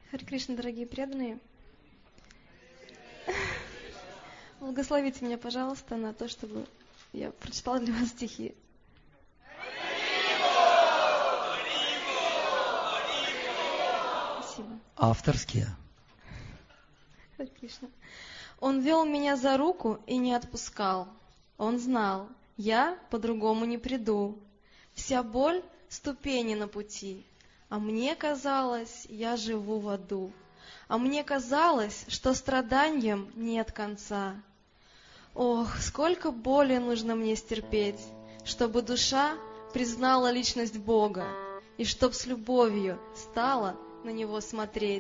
Харе Кришна, дорогие преданные, благословите меня, пожалуйста, на то, чтобы я прочитала для вас стихи. Спасибо. Авторские. Харе Кришна. Он вел меня за руку и не отпускал. Он знал, я по-другому не приду. Вся боль — ступени на пути. А мне казалось, я живу в аду. А мне казалось, что страданиям нет конца. Ох, сколько боли нужно мне стерпеть, чтобы душа признала личность Бога и чтоб с любовью стала на Него смотреть.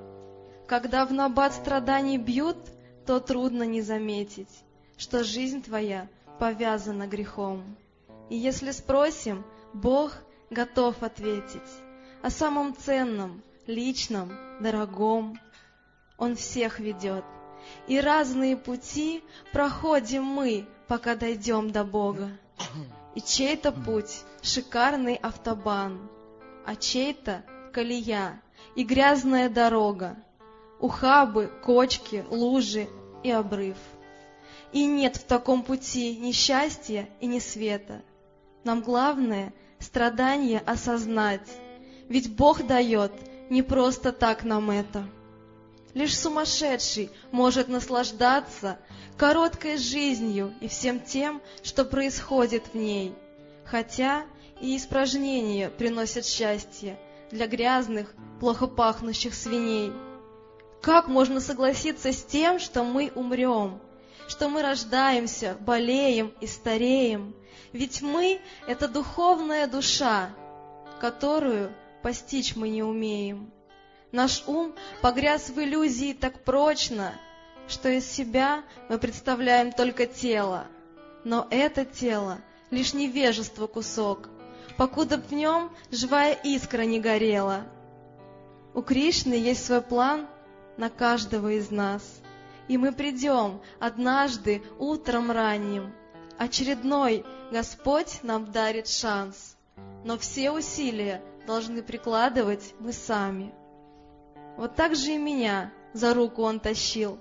Когда в набат страданий бьют, то трудно не заметить, что жизнь твоя повязана грехом. И если спросим, Бог готов ответить о самом ценном, личном, дорогом. Он всех ведет, и разные пути проходим мы, пока дойдем до Бога. И чей-то путь — шикарный автобан, а чей-то — колея и грязная дорога, ухабы, кочки, лужи и обрыв. И нет в таком пути ни счастья и ни света. Нам главное — страдания осознать, ведь Бог дает не просто так нам это. Лишь сумасшедший может наслаждаться короткой жизнью и всем тем, что происходит в ней, хотя и испражнения приносят счастье для грязных, плохо пахнущих свиней. Как можно согласиться с тем, что мы умрем, что мы рождаемся, болеем и стареем? Ведь мы — это духовная душа, которую постичь мы не умеем. Наш ум погряз в иллюзии так прочно, что из себя мы представляем только тело. Но это тело — лишь невежество кусок, покуда в нем живая искра не горела. У Кришны есть свой план на каждого из нас, и мы придем однажды утром ранним. Очередной Господь нам дарит шанс, но все усилия должны прикладывать мы сами. Вот так же и меня за руку он тащил.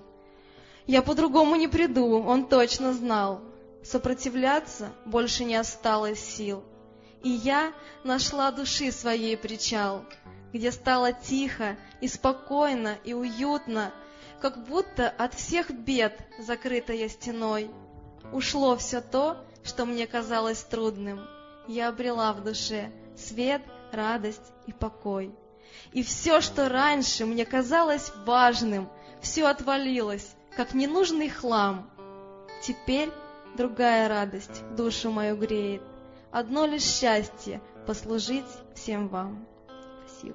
Я по-другому не приду, он точно знал. Сопротивляться больше не осталось сил. И я нашла души своей причал, где стало тихо и спокойно и уютно, как будто от всех бед закрытая стеной. Ушло все то, что мне казалось трудным. Я обрела в душе свет, радость и покой. И все, что раньше мне казалось важным, все отвалилось, как ненужный хлам. Теперь другая радость душу мою греет. Одно лишь счастье — послужить всем вам. Спасибо.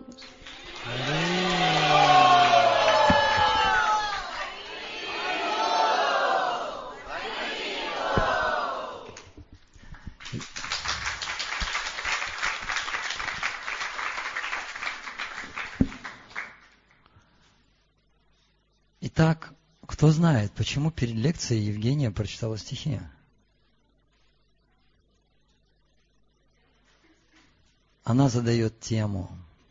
Итак, кто знает, почему перед лекцией Евгения прочитала стихи? Она задает тему.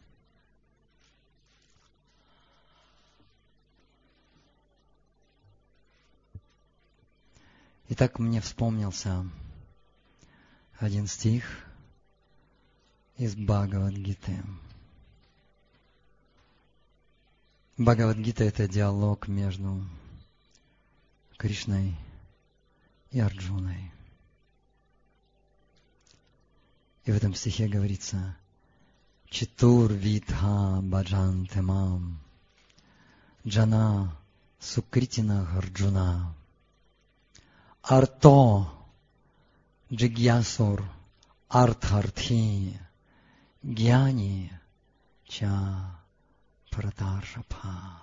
Итак, мне вспомнился один стих из Бхагавад-гиты. Бхагавад-гита — это диалог между Кришной и Арджуной. И в этом стихе говорится: «Читур видха баджанте мам, джана сукритина Арджуна, арто джигьясур артхартхи, гьяни ча пратаршапха».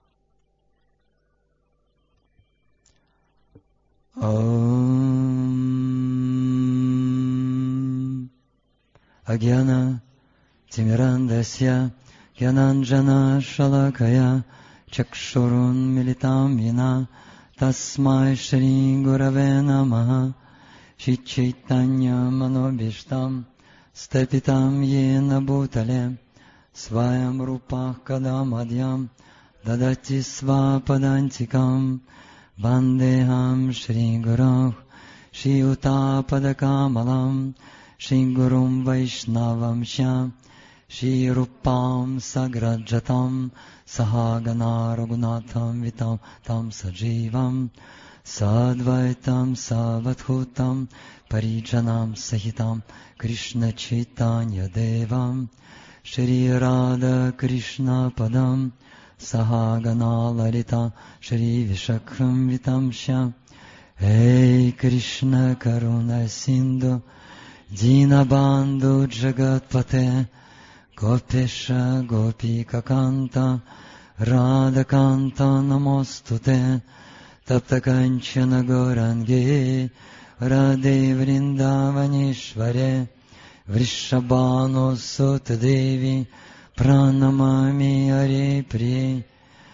Агьяна тимирандасья гьянанджана шалакая чакшурун милитам вина тасмай шри гураве намаха шри чайтанья манобиштам стапитам йена бутале Svayam Rupa Kadamadhyam Dadati Svapadantikam Vandeham Shri Guru Shri Utapadakamalam Shri Gurum Vaishnavam Sham Shri Rupam Sagrajatam Sahagana Raghunatham Vitam Tam Sajivam Sadvaitam Savadhutam Parijanam Sahitam Krishna Chaitanya Devam Shri Radha Krishna Padam Sahagana Lalita Shri Vishakram Vitam Sham Hey Krishna Karuna Sindhu Dinabandhu Jagatpate Gopesha Gopika Kanta Radha Kanta Namostute Tapta Kanchana Gaurangi Radhe Vrindavanishvare Vrishabhanu Sutadevi Pranamami Hare Priye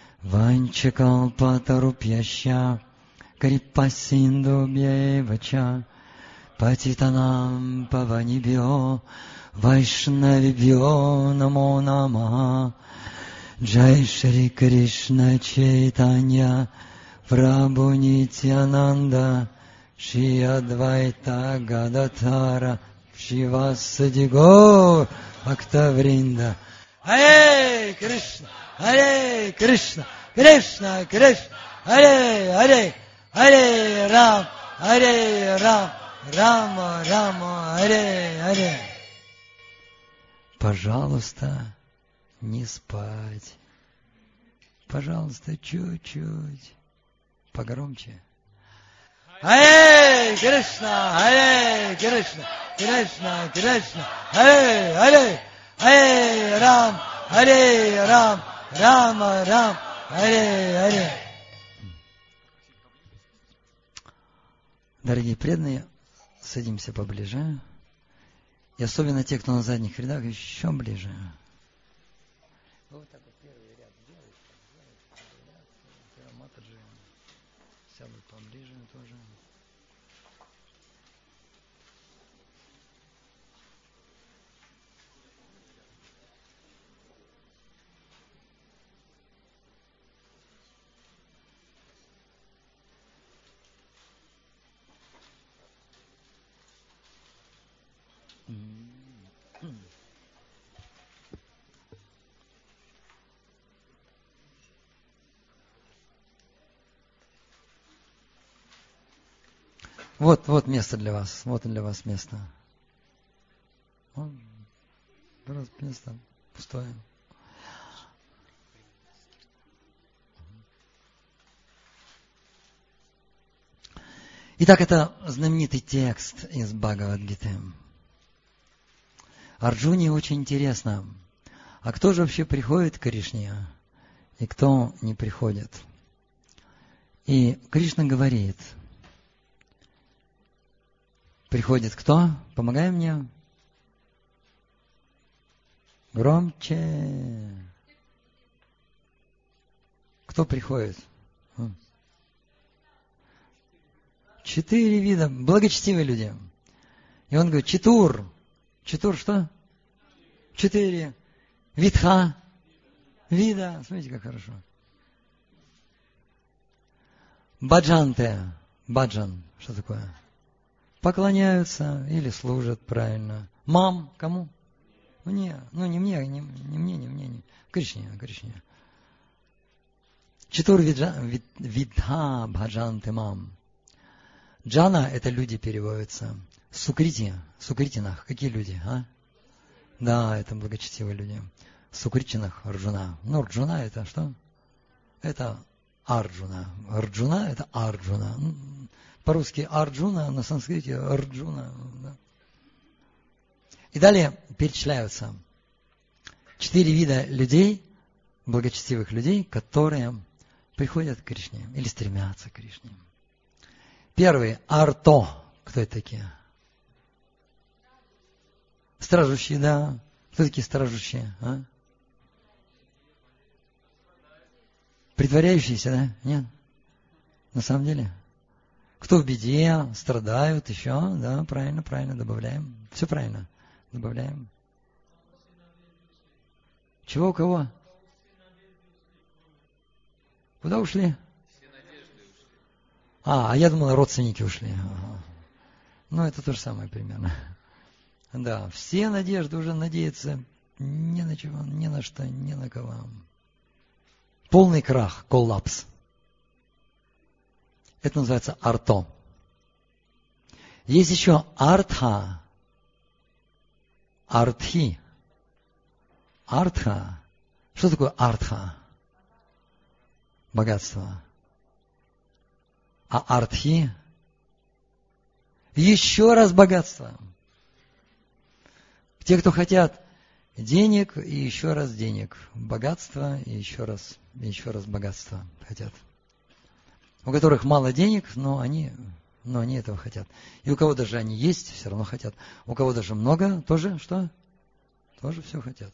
Vanchakalpatarupyasya Kripasindubhyevacha Patitanam Pavanibhyo Vaishnavibhyo Namo Namaha Jai Shri Krishna Chaitanya Prabhu Nityananda Shri Advaita Gadadhara Shivasadi Gaur Bhakta Vrinda Hare Krishna Krishna Krishna Hare Hare Hare Ram Rama Rama Hare Hare. Пожалуйста, не спать. Пожалуйста, чуть-чуть. Погромче. Харе Кришна, Кришна, Кришна, Харе, Харе, Харе Рам, Рама, Рам, Харе, Харе. Дорогие преданные, садимся поближе. И особенно те, кто на задних рядах, еще ближе. Вот так вот первый ряд делаешь, Матаджи сядут поближе тоже. Вот место для вас. Вот для вас место. Вот место пустое. Итак, это знаменитый текст из Бхагавад-гиты. Арджуне очень интересно, а кто же вообще приходит к Кришне, и кто не приходит? И Кришна говорит, приходит кто? Помогай мне. Громче. Кто приходит? 4 вида. Благочестивые люди. И он говорит, Четур. Четур что? 4. Витха. Вида. Смотрите, как хорошо. Баджанте. Баджан. Что такое? Поклоняются или служат правильно. Мам. Кому? Мне. Ну, не мне. Кришне. Четур видха баджанте мам. Джана – это люди переводятся. Сукритинах. Какие люди, а? Да, это благочестивые люди. Сукритинах Арджуна. Ну, Арджуна это что? Это Арджуна. Арджуна – это Арджуна. По-русски Арджуна, на санскрите Арджуна. Да. И далее перечисляются 4 вида людей, благочестивых людей, которые приходят к Кришне или стремятся к Кришне. Первый – Арто. Кто это такие? Стражущие, да. Кто такие стражущие? А? Притворяющиеся, да? Нет? На самом деле? Кто в беде, страдают еще, да, правильно, добавляем. Все правильно, добавляем. Чего у кого? Куда ушли? А я думал, родственники ушли. Ага. Ну, это то же самое примерно. Да, все надежды уже надеяться ни на чего, ни на что, ни на кого. Полный крах, коллапс. Это называется арто. Есть еще артха, артхи. Артха. Что такое артха? Богатство. А артхи? Еще раз богатство. Те, кто хотят денег и еще раз денег. Богатство и еще раз богатство хотят. У которых мало денег, но они этого хотят. И у кого даже они есть, все равно хотят. У кого даже много, тоже что? Тоже все хотят.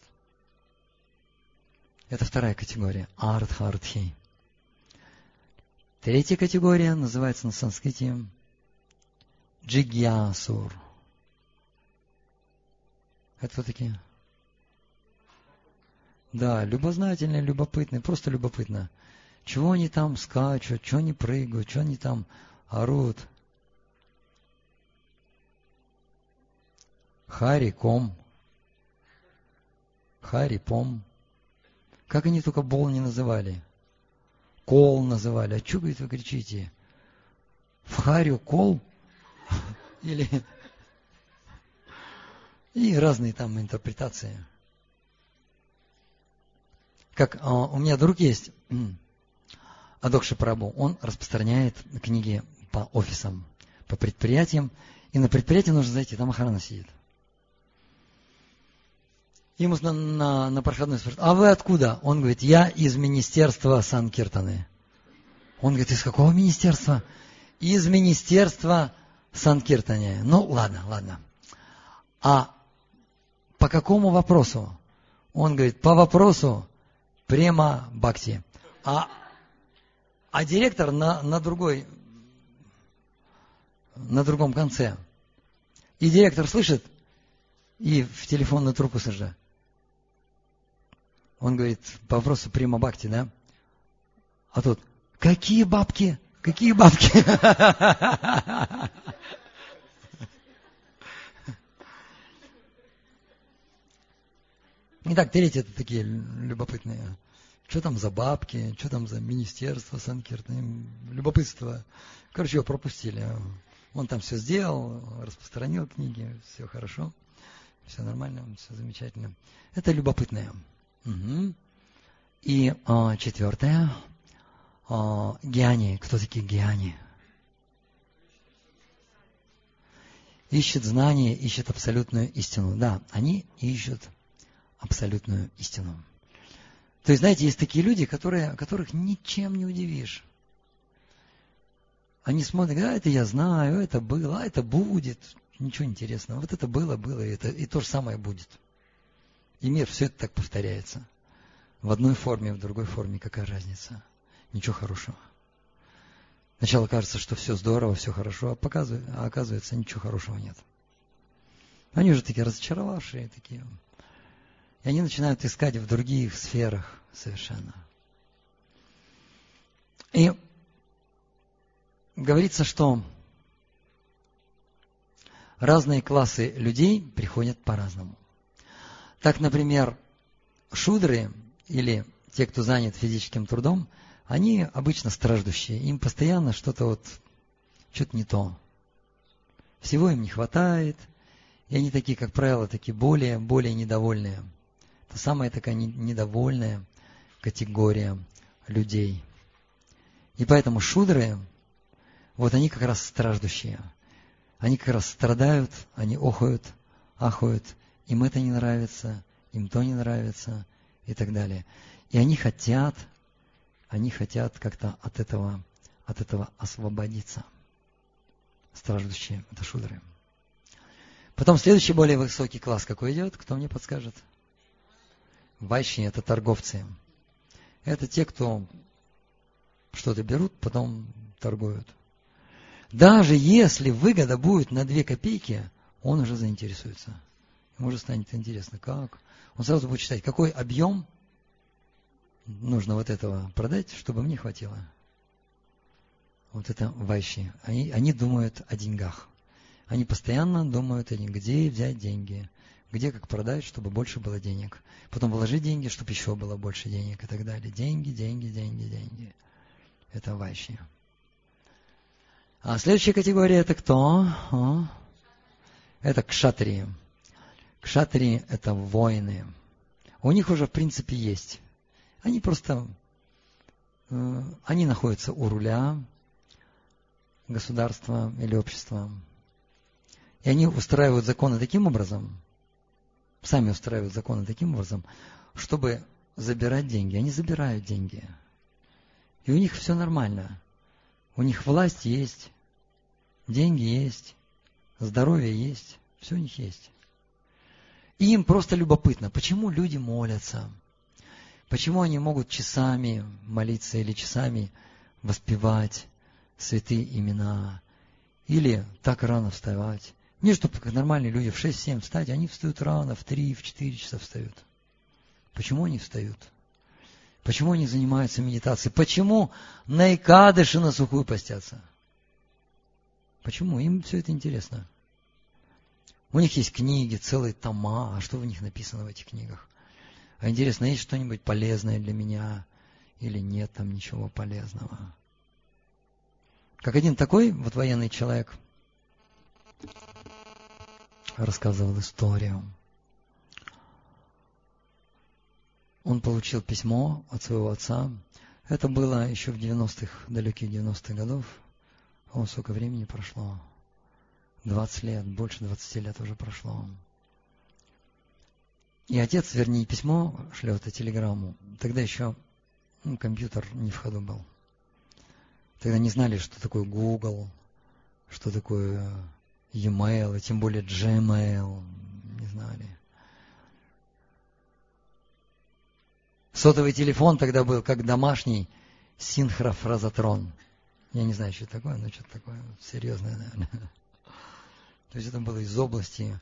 Это вторая категория. Артха-артхи. Третья категория называется на санскрите джигьясур. Это кто такие? Да, любознательные, любопытные, просто любопытно. Чего они там скачут, чего они прыгают, чего они там орут. Хари-ком. Хари-пом. Как они только бол не называли. Кол называли. А что, говорит, вы кричите? В харю кол? Или... И разные там интерпретации. Как у меня друг есть, Адокши Прабу, он распространяет книги по офисам, по предприятиям. И на предприятие нужно зайти, там охрана сидит. Ему на проходной спрашивают: а вы откуда? Он говорит: я из министерства Санкиртаны. Он говорит: из какого министерства? Из министерства Санкиртаны. Ну, ладно. А по какому вопросу? Он говорит: по вопросу Према Бхакти. А директор на другом конце. И директор слышит, и в телефонную трубку сажает. Он говорит: по вопросу Према Бхакти, да? А тут: какие бабки? Какие бабки? Итак, третьи это такие любопытные. Что там за бабки, что там за министерство Санкиртаны, любопытство. Короче, его пропустили. Он там все сделал, распространил книги, все хорошо, все нормально, все замечательно. Это любопытное. Угу. И четвертое. Гьяни. Кто такие гьяни? Ищет знания, ищет абсолютную истину. Да, они ищут абсолютную истину. То есть, знаете, есть такие люди, которых ничем не удивишь. Они смотрят: да, это я знаю, это было, а это будет. Ничего интересного. Вот это было, и то же самое будет. И мир, все это так повторяется. В одной форме, в другой форме, какая разница? Ничего хорошего. Сначала кажется, что все здорово, все хорошо, а оказывается, ничего хорошего нет. Они уже такие разочаровавшие, такие. И они начинают искать в других сферах совершенно. И говорится, что разные классы людей приходят по-разному. Так, например, шудры или те, кто занят физическим трудом, они обычно страждущие. Им постоянно что-то не то. Всего им не хватает. И они такие, как правило, такие более недовольные. Это самая такая недовольная категория людей. И поэтому шудры, они как раз страждущие. Они как раз страдают, они охают, ахают. Им это не нравится, им то не нравится и так далее. И они хотят как-то от этого освободиться. Страждущие – это шудры. Потом следующий более высокий класс какой идет? Кто мне подскажет? Вайшни – это торговцы. Это те, кто что-то берут, потом торгуют. Даже если выгода будет на 2 копейки, он уже заинтересуется. Ему уже станет интересно, как. Он сразу будет считать, какой объем нужно вот этого продать, чтобы мне хватило. Вот это вайши. Они думают о деньгах. Они постоянно думают о деньгах. Где взять деньги? Где как продать, чтобы больше было денег? Потом вложить деньги, чтобы еще было больше денег и так далее. Деньги, деньги, деньги, деньги. Это вайши. А следующая категория это кто? Это кшатрии. Кшатрии это воины. У них уже в принципе есть. Они просто, они находятся у руля государства или общества. И они устраивают законы таким образом, сами устраивают законы таким образом, чтобы забирать деньги. Они забирают деньги. И у них все нормально. У них власть есть, деньги есть, здоровье есть, все у них есть. И им просто любопытно, почему люди молятся, почему они могут часами молиться или часами воспевать святые имена, или так рано вставать. Не, чтобы как нормальные люди в 6-7 встать, они встают рано, в 3, в 4 часа встают. Почему они встают? Почему они занимаются медитацией? Почему на Экадыши на сухую постятся? Почему? Им все это интересно. У них есть книги, целые тома. А что в них написано в этих книгах? А интересно, есть что-нибудь полезное для меня? Или нет там ничего полезного? Как один такой вот военный человек рассказывал историю. Он получил письмо от своего отца. Это было еще в 90-х, далеких 90-х годов. О, сколько времени прошло? 20 лет, больше 20 лет уже прошло. И отец, вернее, письмо шлет, и телеграмму. Тогда еще компьютер не в ходу был. Тогда не знали, что такое Google, что такое e-mail, и тем более Gmail. Не знали. Сотовый телефон тогда был как домашний синхрофразотрон. Я не знаю, что это такое, но что-то такое серьезное, наверное. То есть это было из области.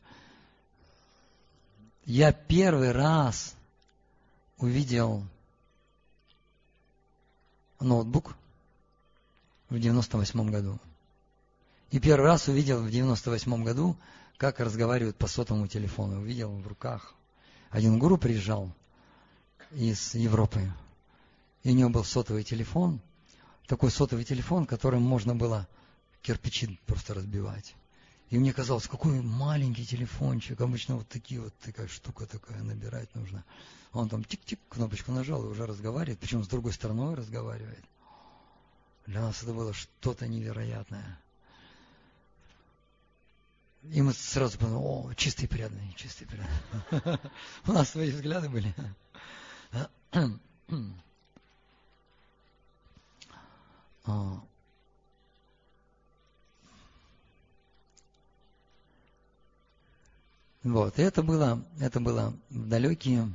Я первый раз увидел ноутбук в 98 году. И первый раз увидел в 98 году, как разговаривают по сотовому телефону. Увидел в руках. Один гуру приезжал из Европы. И у него был сотовый телефон. Такой сотовый телефон, которым можно было кирпичи просто разбивать. И мне казалось, какой маленький телефончик. Обычно вот такие вот такая штука такая набирать нужно. Он там тик-тик, кнопочку нажал и уже разговаривает. Причем с другой стороной разговаривает. Для нас это было что-то невероятное. И мы сразу подумали, о, чистый преданный, чистый преданный. У нас свои взгляды были. Вот, и это было в далекие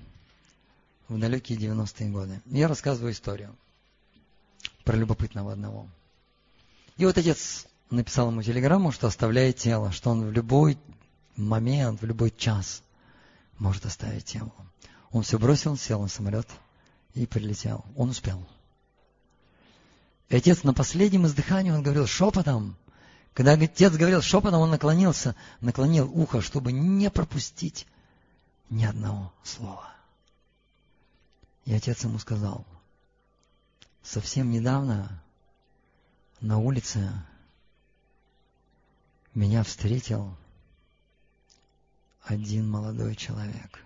90-е годы. Я рассказываю историю про любопытного одного. И вот отец написал ему телеграмму, что оставляет тело, что он в любой момент, в любой час может оставить тело. Он все бросил, сел на самолет и прилетел. Он успел. И отец на последнем издыхании, он говорил шепотом. Когда отец говорил шепотом, он наклонил ухо, чтобы не пропустить ни одного слова. И отец ему сказал, совсем недавно на улице меня встретил один молодой человек.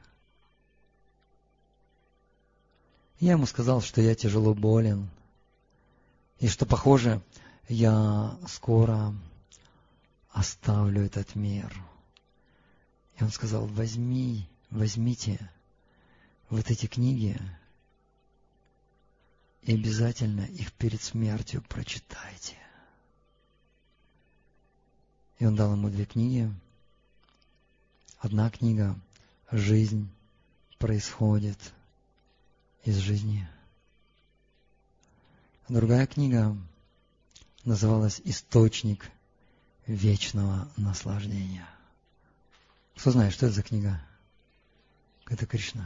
Я ему сказал, что я тяжело болен, и что, похоже, я скоро оставлю этот мир. И он сказал, возьмите вот эти книги и обязательно их перед смертью прочитайте. И он дал ему 2 книги. Одна книга «Жизнь происходит из жизни». Другая книга называлась «Источник вечного наслаждения». Кто знает, что это за книга? Это Кришна.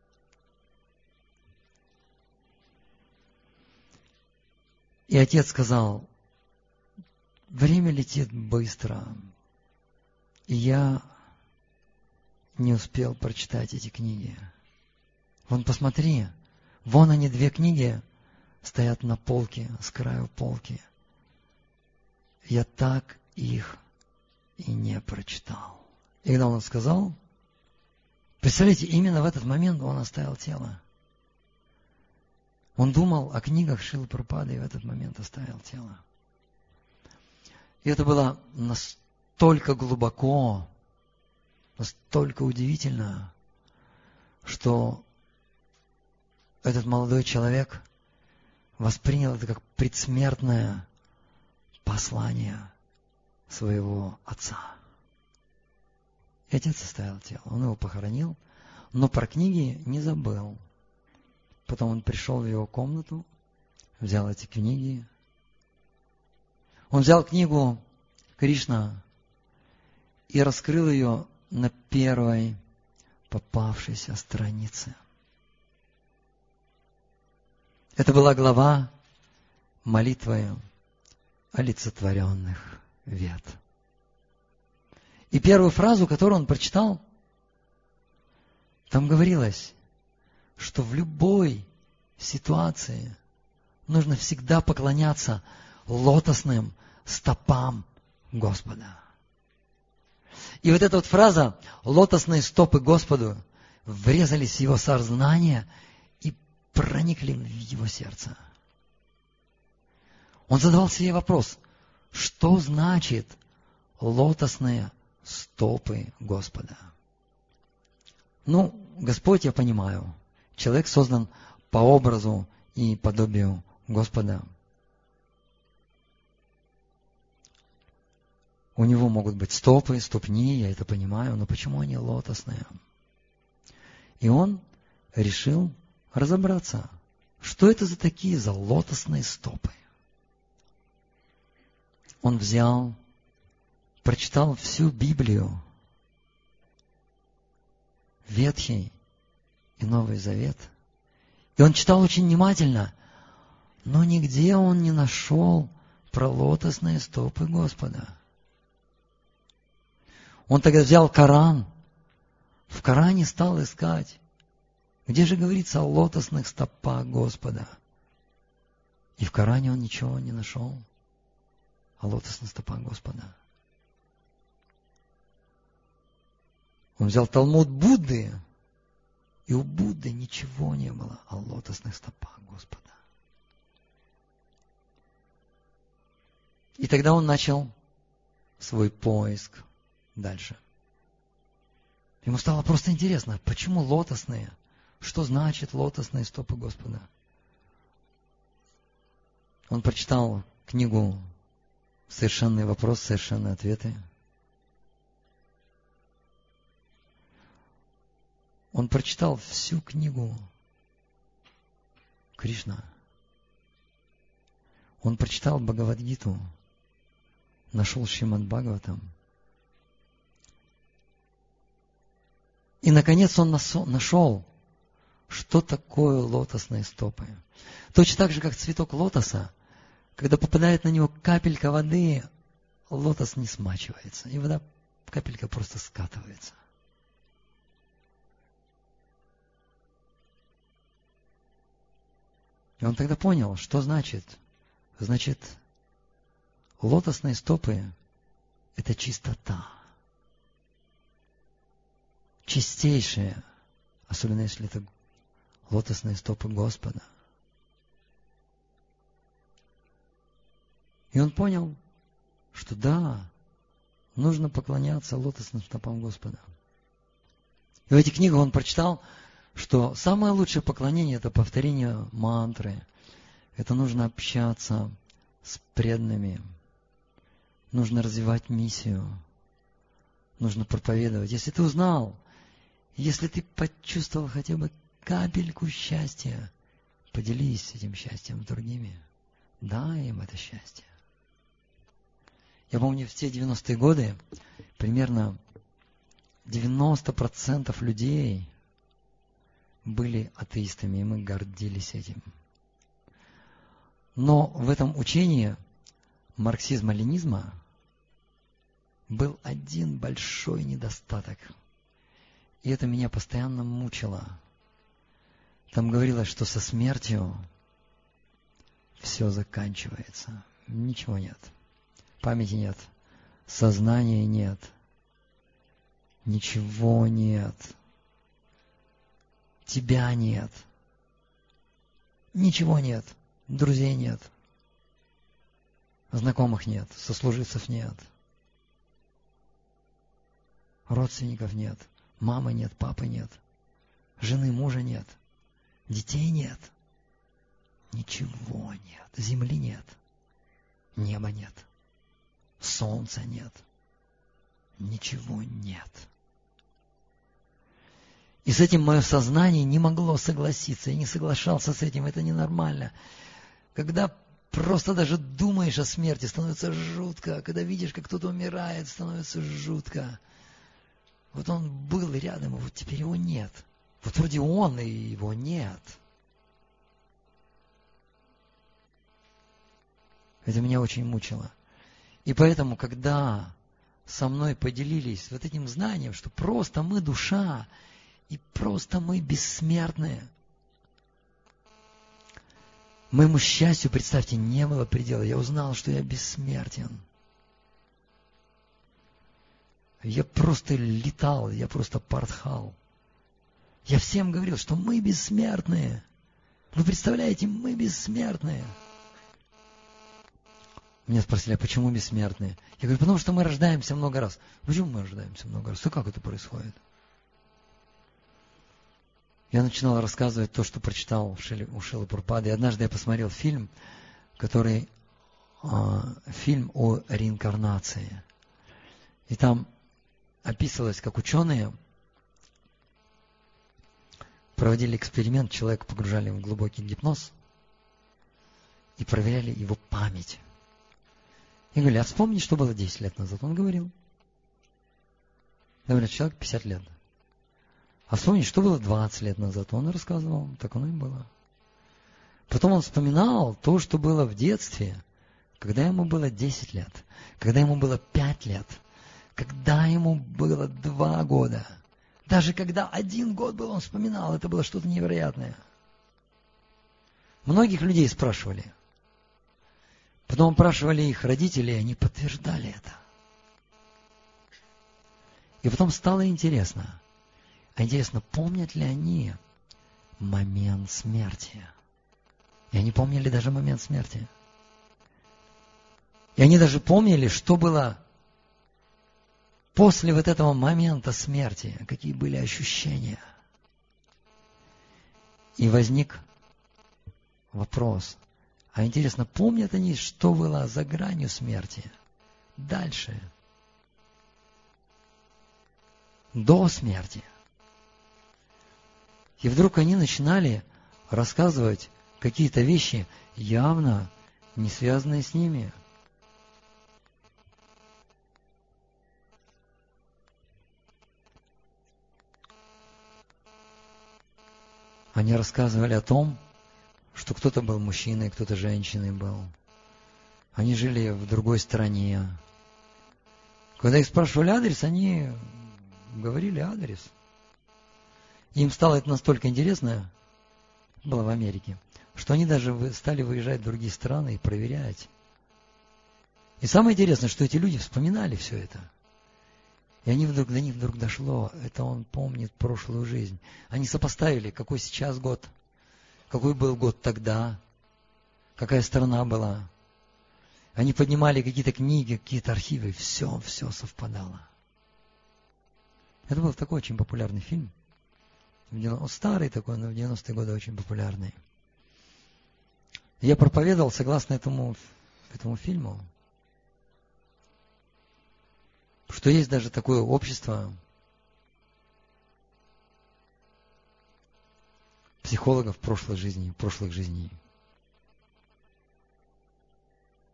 И отец сказал, время летит быстро, и я не успел прочитать эти книги. Вон, посмотри, вон они, 2 книги стоят на полке, с краю полки. Я так их и не прочитал. И когда он сказал, представляете, именно в этот момент он оставил тело. Он думал о книгах Шрилы Прабхупады и в этот момент оставил тело. И это было настолько глубоко, настолько удивительно, что этот молодой человек воспринял это как предсмертное послание своего отца. И отец оставил тело. Он его похоронил, но про книги не забыл. Потом он пришел в его комнату, взял эти книги. Он взял книгу Кришна и раскрыл ее на первой попавшейся странице. Это была глава молитвы олицетворенных вет. И первую фразу, которую он прочитал, там говорилось, что в любой ситуации нужно всегда поклоняться лотосным стопам Господа. И вот эта вот фраза «лотосные стопы Господу» врезались в его сознание и проникли в его сердце. Он задавал себе вопрос, что значит лотосные стопы Господа? Ну, Господь, я понимаю, человек создан по образу и подобию Господа. У него могут быть стопы, ступни, я это понимаю, но почему они лотосные? И он решил разобраться, что это за такие за лотосные стопы. Он взял, прочитал всю Библию, Ветхий и Новый Завет. И он читал очень внимательно, но нигде он не нашел про лотосные стопы Господа. Он тогда взял Коран, в Коране стал искать, где же говорится о лотосных стопах Господа. И в Коране он ничего не нашел о лотосных стопах Господа. Он взял Талмуд Будды, и у Будды ничего не было о лотосных стопах Господа. И тогда он начал свой поиск дальше. Ему стало просто интересно, почему лотосные? Что значит лотосные стопы Господа? Он прочитал книгу «Совершенный вопрос, совершенные ответы». Он прочитал всю книгу Кришна. Он прочитал Бхагавад-гиту, нашел Шримад Бхагаватам. И, наконец, он нашел, что такое лотосные стопы. Точно так же, как цветок лотоса, когда попадает на него капелька воды, лотос не смачивается, и вода, капелька просто скатывается. И он тогда понял, что значит. Значит, лотосные стопы – это чистота. Чистейшая, особенно если это лотосные стопы Господа. И он понял, что да, нужно поклоняться лотосным стопам Господа. И в этих книгах он прочитал, что самое лучшее поклонение – это повторение мантры. Это нужно общаться с преданными. Нужно развивать миссию. Нужно проповедовать. Если ты узнал, если ты почувствовал хотя бы капельку счастья, поделись этим счастьем с другими. Дай им это счастье. Я помню, в те 90-е годы, примерно 90% людей были атеистами, и мы гордились этим. Но в этом учении марксизма-ленизма был один большой недостаток. И это меня постоянно мучило. Там говорилось, что со смертью все заканчивается. Ничего нет. Памяти нет. Сознания нет. Ничего нет. Тебя нет. Ничего нет. Друзей нет. Знакомых нет. Сослуживцев нет. Родственников нет. Мамы нет, папы нет. Жены, мужа нет. Детей нет. Ничего нет. Земли нет. Неба нет. Солнца нет. Ничего нет. И с этим мое сознание не могло согласиться. Я не соглашался с этим. Это ненормально. Когда просто даже думаешь о смерти, становится жутко. Когда видишь, как кто-то умирает, становится жутко. Вот он был рядом, и вот теперь его нет. Вот вроде он, и его нет. Это меня очень мучило. И поэтому, когда со мной поделились вот этим знанием, что просто мы душа, и просто мы бессмертные, моему счастью, представьте, не было предела. Я узнал, что я бессмертен. Я просто летал, я просто порхал. Я всем говорил, что мы бессмертные. Вы представляете, мы бессмертные. Меня спросили, а почему бессмертные? Я говорю, потому что мы рождаемся много раз. Почему мы рождаемся много раз? И как это происходит? Я начинал рассказывать то, что прочитал у Шрилы Прабхупады. И однажды я посмотрел фильм, фильм о реинкарнации. И там описывалось, как ученые проводили эксперимент, человека погружали в глубокий гипноз и проверяли его память. И говорили, а вспомни, что было 10 лет назад. Он говорил. Говорят, человек 50 лет. А вспомни, что было 20 лет назад. Он рассказывал, так оно и было. Потом он вспоминал то, что было в детстве, когда ему было 10 лет, когда ему было 5 лет, когда ему было 2 года. Даже когда 1 год был, он вспоминал. Это было что-то невероятное. Многих людей спрашивали. Потом спрашивали их родители, и они подтверждали это. И потом стало интересно. А интересно, помнят ли они момент смерти? И они помнили даже момент смерти. И они даже помнили, что было после вот этого момента смерти, какие были ощущения. И возник вопрос. А интересно, помнят они, что было за гранью смерти? Дальше. До смерти. И вдруг они начинали рассказывать какие-то вещи, явно не связанные с ними. Они рассказывали о том, что кто-то был мужчиной, кто-то женщиной был. Они жили в другой стране. Когда их спрашивали адрес, они говорили адрес. Им стало это настолько интересно, было в Америке, что они даже стали выезжать в другие страны и проверять. И самое интересное, что эти люди вспоминали все это. И до них вдруг дошло, это он помнит прошлую жизнь. Они сопоставили, какой сейчас год, какой был год тогда, какая страна была. Они поднимали какие-то книги, какие-то архивы, все совпадало. Это был такой очень популярный фильм. Он старый такой, но в 90-е годы очень популярный. Я проповедовал согласно этому фильму, что есть даже такое общество психологов прошлых жизней.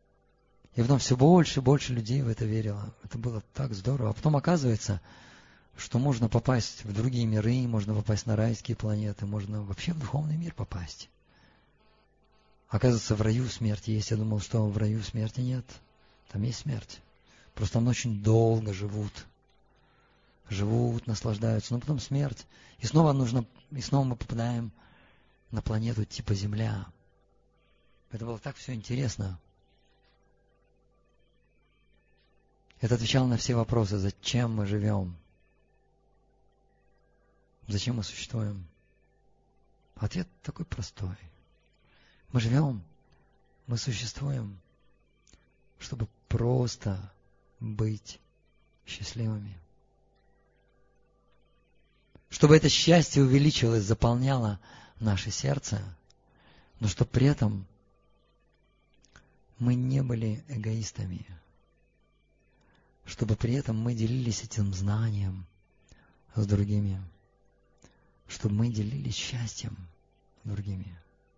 И потом все больше и больше людей в это верило. Это было так здорово. А потом оказывается, что можно попасть в другие миры, можно попасть на райские планеты, можно вообще в духовный мир попасть. Оказывается, в раю смерть есть. Я думал, что в раю смерти нет. Там есть смерть. Просто там очень долго живут. Живут, наслаждаются. Но потом смерть. И снова мы попадаем на планету типа Земля. Это было так все интересно. Это отвечало на все вопросы, зачем мы живем. Зачем мы существуем? Ответ такой простой. Мы живем, мы существуем, чтобы просто быть счастливыми. Чтобы это счастье увеличилось, заполняло наше сердце, но чтобы при этом мы не были эгоистами. Чтобы при этом мы делились этим знанием с другими. Чтобы мы делились счастьем с другими.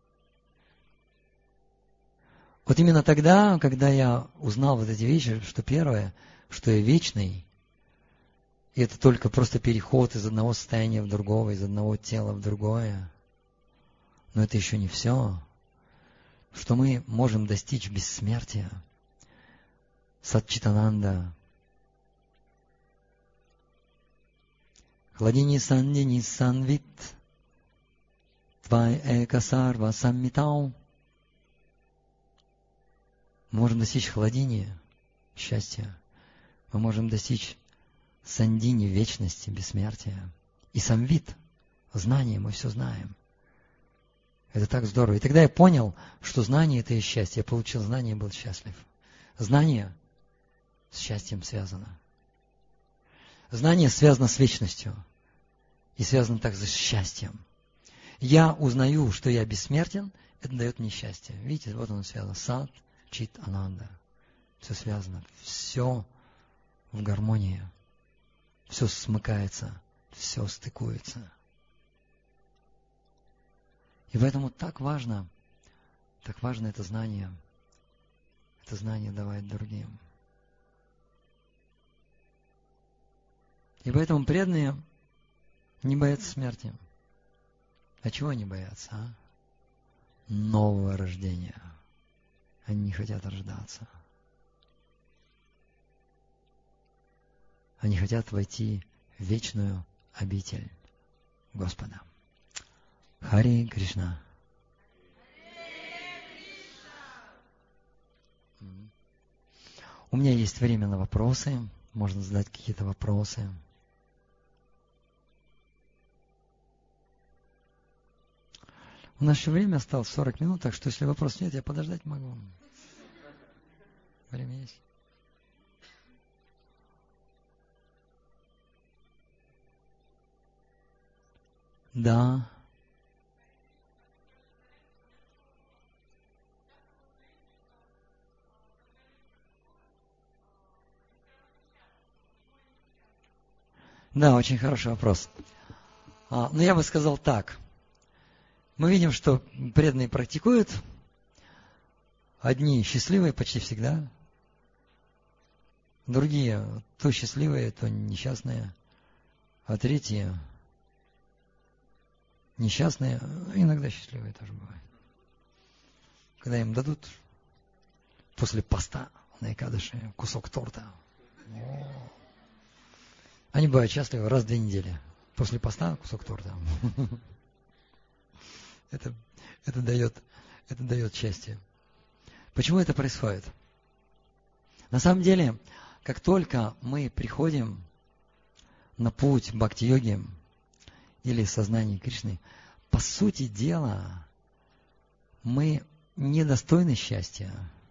Вот именно тогда, когда я узнал вот эти вещи, что первое, что я вечный, и это только просто переход из одного состояния в другого, из одного тела в другое, но это еще не все, что мы можем достичь бессмертия, Сатчитананда. Хладини сандини санвит, твай эка сарва саммитау. Мы можем достичь хладини, счастья. Мы можем достичь сандини, вечности, бессмертия. И самвит, знание, мы все знаем. Это так здорово. И тогда я понял, что знание – это и счастье. Я получил знание и был счастлив. Знание с счастьем связано. Знание связано с вечностью. И связано также с счастьем. Я узнаю, что я бессмертен, это дает мне счастье. Видите, вот оно связано. Сат, чит, ананда. Все связано. Все в гармонии. Все смыкается. Все стыкуется. И поэтому так важно это знание давать другим. И поэтому преданные не боятся смерти. А чего они боятся, а? Нового рождения. Они не хотят рождаться. Они хотят войти в вечную обитель Господа. Харе Кришна. У меня есть время на вопросы. Можно задать какие-то вопросы. У нас еще время осталось 40 минут, так что если вопросов нет, я подождать могу. Время есть. Да. Да, очень хороший вопрос. Но я бы сказал так. Мы видим, что преданные практикуют. Одни счастливые почти всегда. Другие то счастливые, то несчастные. А третьи несчастные, иногда счастливые тоже бывают. Когда им дадут после поста на Экадаши кусок торта. Они бывают счастливы раз в 2 недели. После поста кусок торта. Это дает счастье. Почему это происходит? На самом деле, как только мы приходим на путь бхакти-йоги или сознания Кришны, по сути дела, мы недостойны счастья.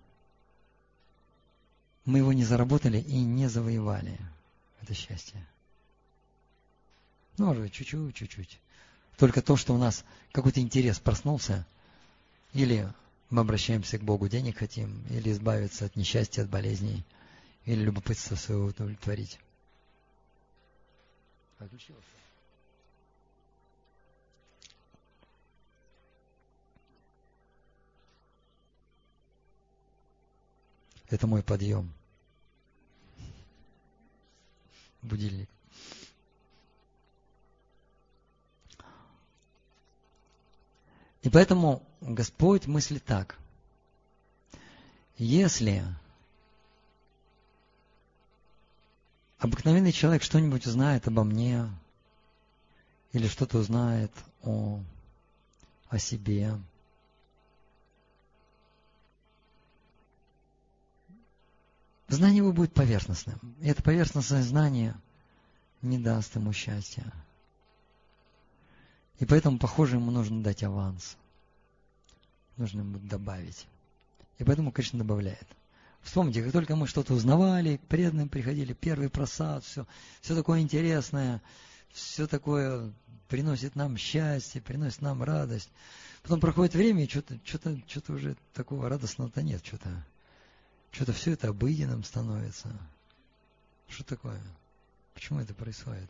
Мы его не заработали и не завоевали, это счастье. Ну, может быть, чуть-чуть. Только то, что у нас какой-то интерес проснулся, или мы обращаемся к Богу, денег хотим, или избавиться от несчастья, от болезней, или любопытство своего удовлетворить. Отключилось. Это мой подъем. Будильник. И поэтому Господь мыслит так. Если обыкновенный человек что-нибудь узнает обо мне, или что-то узнает о себе, знание его будет поверхностным. И это поверхностное знание не даст ему счастья. И поэтому, похоже, ему нужно дать аванс. Нужно ему добавить. И поэтому Кришна добавляет. Вспомните, как только мы что-то узнавали, к преданным приходили, первый просад, все такое интересное, все такое приносит нам счастье, приносит нам радость. Потом проходит время, и что-то уже такого радостного-то нет. Что-то все это обыденным становится. Что такое? Почему это происходит?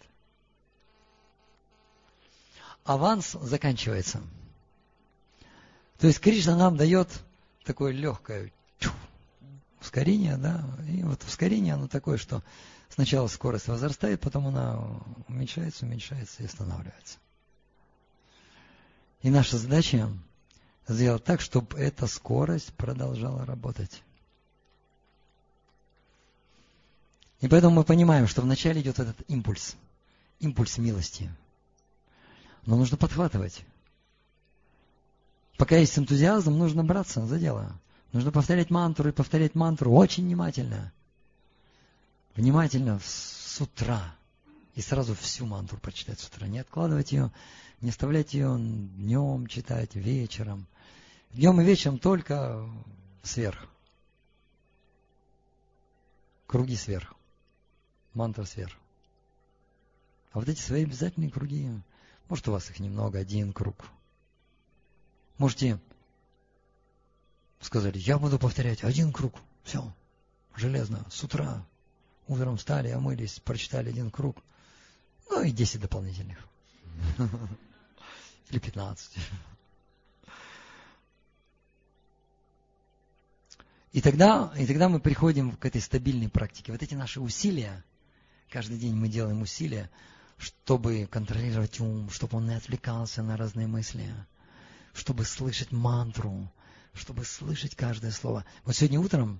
Аванс заканчивается. То есть Кришна нам дает такое легкое ускорение, да, и вот ускорение, оно такое, что сначала скорость возрастает, потом она уменьшается и останавливается. И наша задача сделать так, чтобы эта скорость продолжала работать. И поэтому мы понимаем, что вначале идет этот импульс милости. Но нужно подхватывать. Пока есть энтузиазм, нужно браться за дело. Нужно повторять мантру и повторять мантру очень внимательно. Внимательно с утра. И сразу всю мантру прочитать с утра. Не откладывать ее, не оставлять ее днем читать, вечером. Днем и вечером только сверх. Круги сверх. Мантра сверх. А вот эти свои обязательные круги, может, у вас их немного, 1 круг. Можете сказать, я буду повторять 1 круг. Все, железно, с утра. Утром встали, омылись, прочитали 1 круг. Ну и 10 дополнительных. Или 15. И тогда мы приходим к этой стабильной практике. Вот эти наши усилия, каждый день мы делаем усилия, чтобы контролировать ум, чтобы он не отвлекался на разные мысли, чтобы слышать мантру, чтобы слышать каждое слово. Вот сегодня утром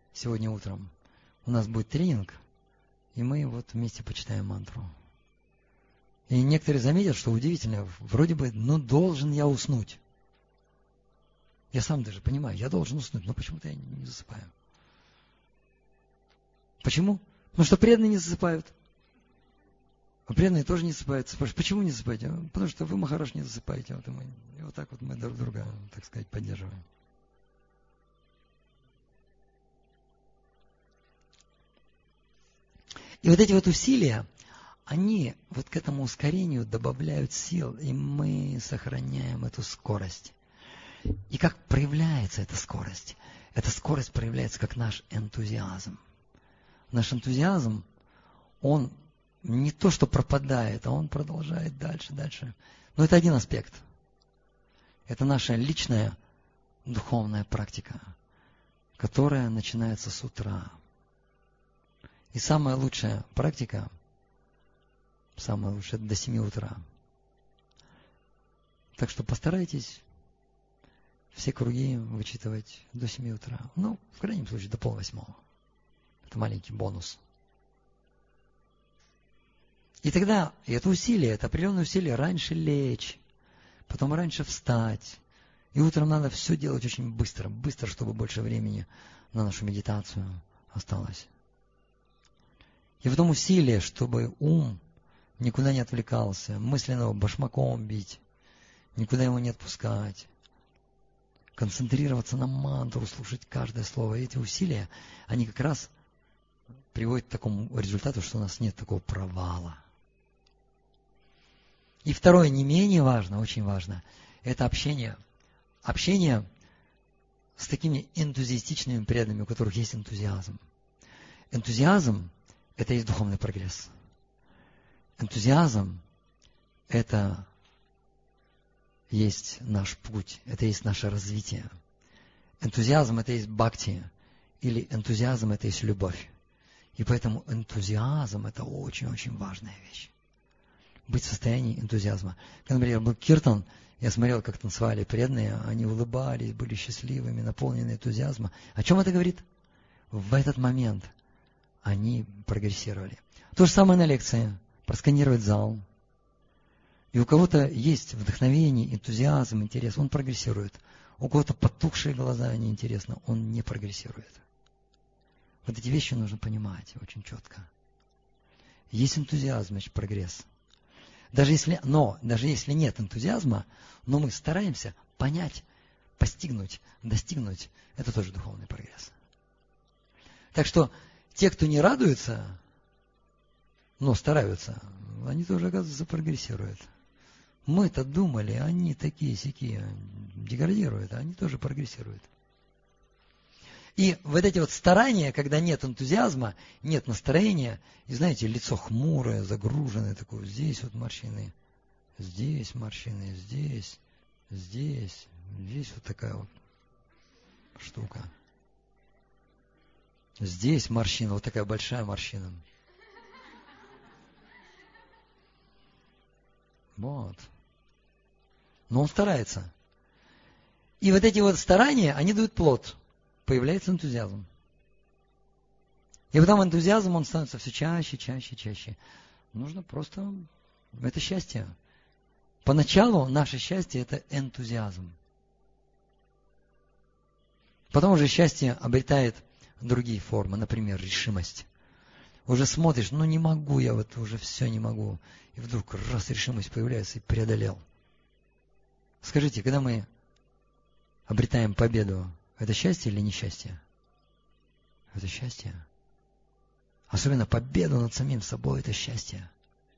у нас будет тренинг, и мы вот вместе почитаем мантру. И некоторые заметят, что удивительно, вроде бы, должен я уснуть. Я сам даже понимаю, я должен уснуть, но почему-то я не засыпаю. Почему? Потому что преданные не засыпают. А преданные тоже не засыпают. Спрашивают, почему не засыпаете? Потому что вы, Махараш, не засыпаете. И вот так вот мы друг друга, так сказать, поддерживаем. И вот эти вот усилия, они вот к этому ускорению добавляют сил, и мы сохраняем эту скорость. И как проявляется эта скорость? Эта скорость проявляется как наш энтузиазм. Наш энтузиазм, он не то что пропадает, а он продолжает дальше. Но это один аспект. Это наша личная духовная практика, которая начинается с утра. И самая лучшая практика, самая лучшая, до 7 утра. Так что постарайтесь все круги вычитывать до 7 утра. Ну, в крайнем случае, до 7:30. Это маленький бонус. И тогда это усилие, это определенное усилие раньше лечь, потом раньше встать. И утром надо все делать очень быстро, чтобы больше времени на нашу медитацию осталось. И потом усилие, чтобы ум никуда не отвлекался, мысленно его башмаком бить, никуда его не отпускать, концентрироваться на мантру, слушать каждое слово. И эти усилия, они как раз приводят к такому результату, что у нас нет такого провала. И второе, не менее важно, очень важно, это общение. Общение с такими энтузиастичными преданными, у которых есть энтузиазм. Энтузиазм – это есть духовный прогресс. Энтузиазм – это есть наш путь, это есть наше развитие. Энтузиазм – это есть бхакти, или энтузиазм – это есть любовь. И поэтому энтузиазм – это очень-очень важная вещь. быть в состоянии энтузиазма. Когда, например, был киртан, я смотрел, как танцевали преданные, они улыбались, были счастливыми, наполнены энтузиазмом. О чем это говорит? В этот момент они прогрессировали. То же самое на лекции. Просканировать зал. И у кого-то есть вдохновение, энтузиазм, интерес, он прогрессирует. У кого-то потухшие глаза, неинтересно, он не прогрессирует. Вот эти вещи нужно понимать очень четко. Есть энтузиазм, значит прогресс. Даже если нет энтузиазма, но мы стараемся понять, постигнуть, достигнуть, это тоже духовный прогресс. Так что те, кто не радуются, но стараются, они тоже, оказывается, прогрессируют. Мы-то думали, они такие-сякие, деградируют, а они тоже прогрессируют. И вот эти вот старания, когда нет энтузиазма, нет настроения, и знаете, лицо хмурое, загруженное, такое, здесь вот морщины, здесь здесь вот такая вот штука. Здесь морщина, вот такая большая морщина. Вот. Но он старается. И вот эти вот старания, они дают плод. Появляется энтузиазм. И потом энтузиазм, он становится все чаще. Нужно просто... Это счастье. Поначалу наше счастье – это энтузиазм. Потом уже счастье обретает другие формы, например, решимость. Уже смотришь, не могу я, вот уже все не могу. И вдруг раз решимость появляется и преодолел. Скажите, когда мы обретаем победу, это счастье или несчастье? Это счастье. Особенно победу над самим собой – это счастье.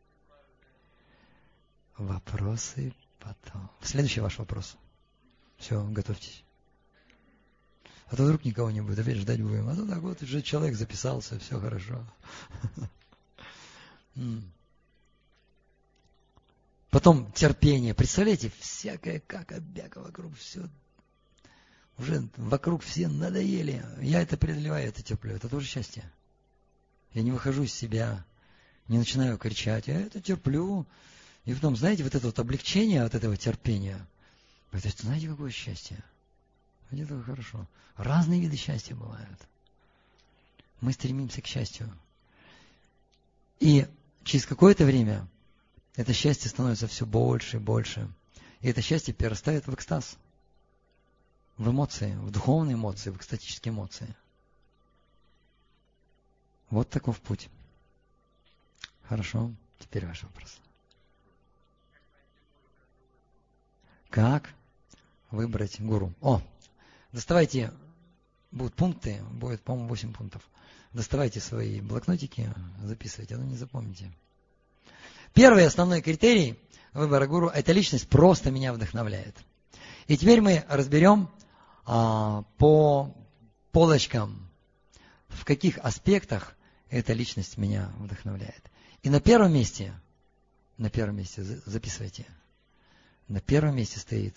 Вопросы потом. Следующий ваш вопрос. Все, готовьтесь. А то вдруг никого не будет, опять ждать будем. А то так вот уже человек записался, все хорошо. Потом терпение. Представляете, всякое кака-бяка вокруг, все. Уже вокруг все надоели. Я это преодолеваю, это терплю. Это тоже счастье. Я не выхожу из себя, не начинаю кричать. Я это терплю. И потом, знаете, вот это вот облегчение от этого терпения. Это, знаете, какое счастье? Это хорошо. Разные виды счастья бывают. Мы стремимся к счастью. И через какое-то время это счастье становится все больше и больше. И это счастье перерастает в экстаз. В эмоции, в духовные эмоции, в экстатические эмоции. Вот таков путь. Хорошо. Теперь ваш вопрос. Как выбрать гуру? Доставайте, будут пункты, будет, по-моему, 8 пунктов. Доставайте свои блокнотики, записывайте, не запомните. Первый основной критерий выбора гуру – это личность просто меня вдохновляет. И теперь мы разберем по полочкам, в каких аспектах эта личность меня вдохновляет. И на первом месте, записывайте, на первом месте стоит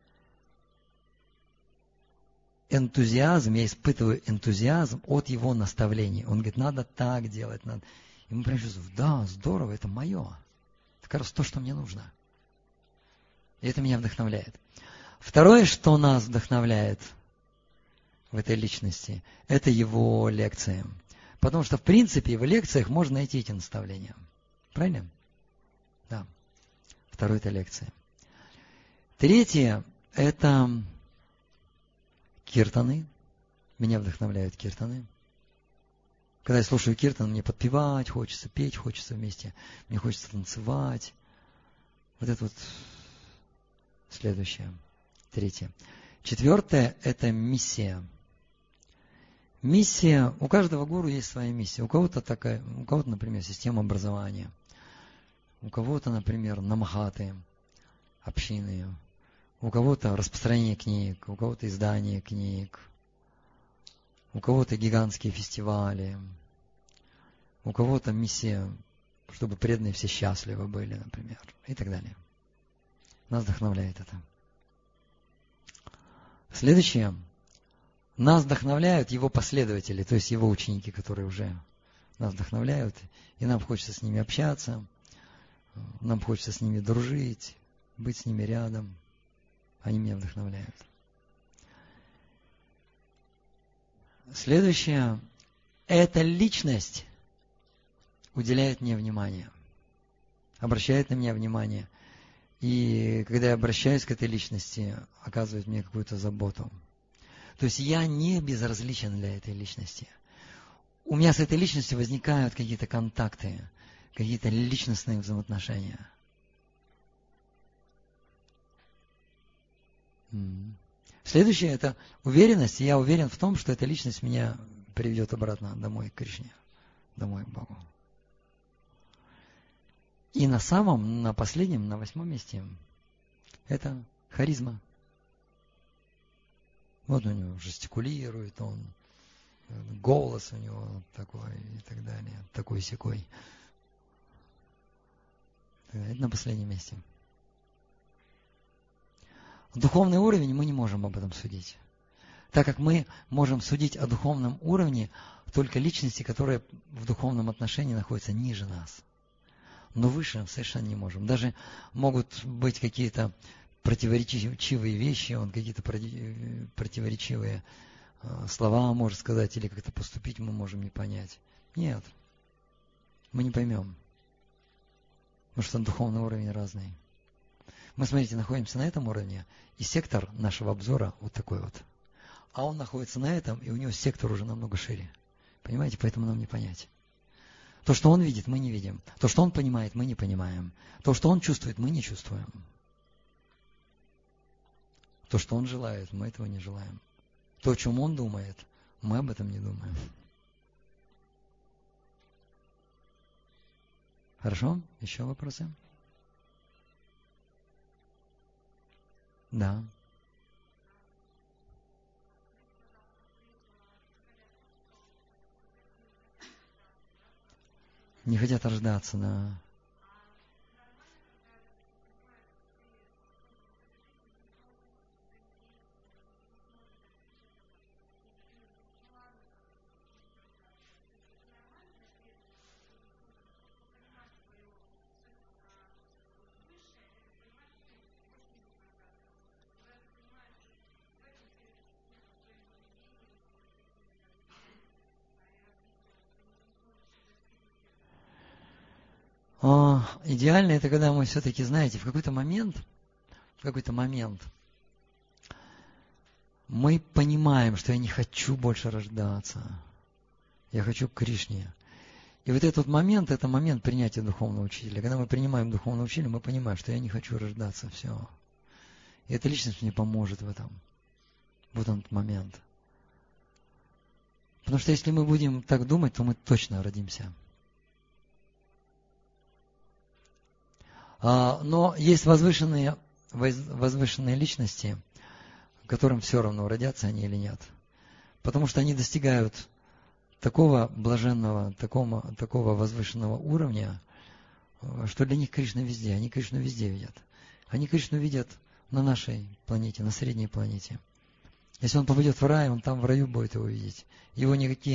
энтузиазм, я испытываю энтузиазм от его наставлений. Он говорит, надо так делать. Надо. И мы прям чувствуем, да, здорово, это мое. Это как раз то, что мне нужно. И это меня вдохновляет. Второе, что нас вдохновляет в этой личности, это его лекции. Потому что, в принципе, в лекциях можно найти эти наставления. Правильно? Да. Второе – это лекции. Третье – это киртаны. Меня вдохновляют киртаны. Когда я слушаю киртан, мне подпевать хочется, петь хочется вместе, мне хочется танцевать. Вот это вот следующее. Третье. Четвертое – это миссия. Миссия, у каждого гуру есть своя миссия. У кого-то, например, система образования. У кого-то, например, намахаты, общины. У кого-то распространение книг, у кого-то издание книг. У кого-то гигантские фестивали. У кого-то миссия, чтобы преданные все счастливы были, например. И так далее. Нас вдохновляет это. Следующее. Нас вдохновляют его последователи, то есть его ученики, которые уже нас вдохновляют, и нам хочется с ними общаться, Нам хочется с ними дружить, быть с ними рядом. Они меня вдохновляют. Следующее. Эта личность уделяет мне внимание. Обращает на меня внимание. И когда я обращаюсь к этой личности, оказывает мне какую-то заботу. То есть я не безразличен для этой личности. У меня с этой личностью возникают какие-то контакты, какие-то личностные взаимоотношения. Следующее – это уверенность. Я уверен в том, что эта личность меня приведет обратно домой к Кришне, домой к Богу. И на последнем, на 8 месте – это харизма. Вот у него жестикулирует, голос у него такой и так далее, такой-сякой. Это на последнем месте. Духовный уровень мы не можем об этом судить. Так как мы можем судить о духовном уровне только личности, которые в духовном отношении находятся ниже нас. Но выше совершенно не можем. Даже могут быть какие-то противоречивые вещи, он какие-то противоречивые слова может сказать или как-то поступить мы можем не понять. Нет, мы не поймем. Потому что духовный уровень разный. Мы, смотрите, находимся на этом уровне, и сектор нашего обзора вот такой вот. А он находится на этом, и у него сектор уже намного шире. Понимаете, поэтому нам не понять. То, что он видит, мы не видим. То, что он понимает, мы не понимаем. То, что он чувствует, мы не чувствуем. То, что он желает, мы этого не желаем. То, о чем он думает, мы об этом не думаем. Хорошо? Еще вопросы? Да. Не хотят рождаться, да. Идеально это когда мы все-таки, знаете, в какой-то момент мы понимаем, что я не хочу больше рождаться. Я хочу к Кришне. И вот этот момент, это момент принятия духовного учителя. Когда мы принимаем духовного учителя, мы понимаем, что я не хочу рождаться. Все. И эта личность мне поможет в этом. Вот он этот момент. Потому что если мы будем так думать, то мы точно родимся. Но есть возвышенные личности, которым все равно, родятся они или нет. Потому что они достигают такого блаженного, такого возвышенного уровня, что для них Кришна везде. Они Кришну везде видят. Они Кришну видят на нашей планете, на средней планете. Если он попадет в рай, он там в раю будет его видеть. Его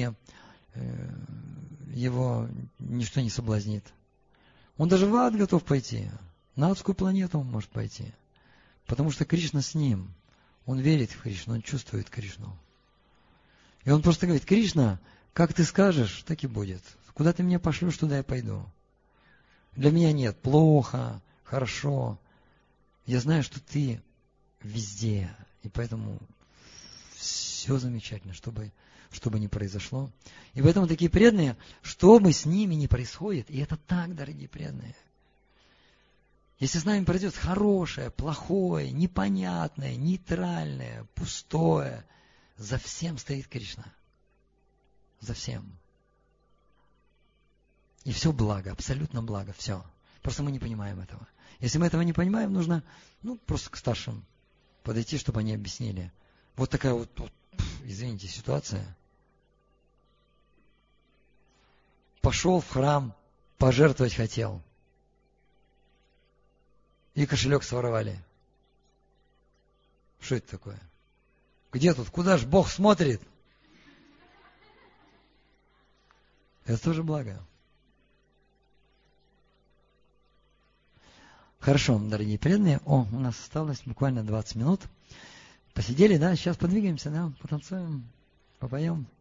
ничто не соблазнит. Он даже в ад готов пойти. На адскую планету он может пойти. Потому что Кришна с ним. Он верит в Кришну, он чувствует Кришну. И он просто говорит: Кришна, как ты скажешь, так и будет. Куда ты меня пошлешь, туда я пойду. Для меня нет плохо, хорошо. Я знаю, что ты везде. И поэтому все замечательно, чтобы ни произошло. И поэтому такие преданные, что бы с ними ни происходит, и это так, дорогие преданные. Если с нами пройдет хорошее, плохое, непонятное, нейтральное, пустое, за всем стоит Кришна. За всем. И все благо, абсолютно благо, все. Просто мы не понимаем этого. Если мы этого не понимаем, нужно просто к старшим подойти, чтобы они объяснили. Вот такая вот, извините, ситуация. Пошел в храм, пожертвовать хотел. И кошелек своровали. Что это такое? Где тут? Куда ж Бог смотрит? Это тоже благо. Хорошо, дорогие преданные. О, у нас осталось буквально 20 минут. Посидели, да? Сейчас подвигаемся, да? Потанцуем, попоем.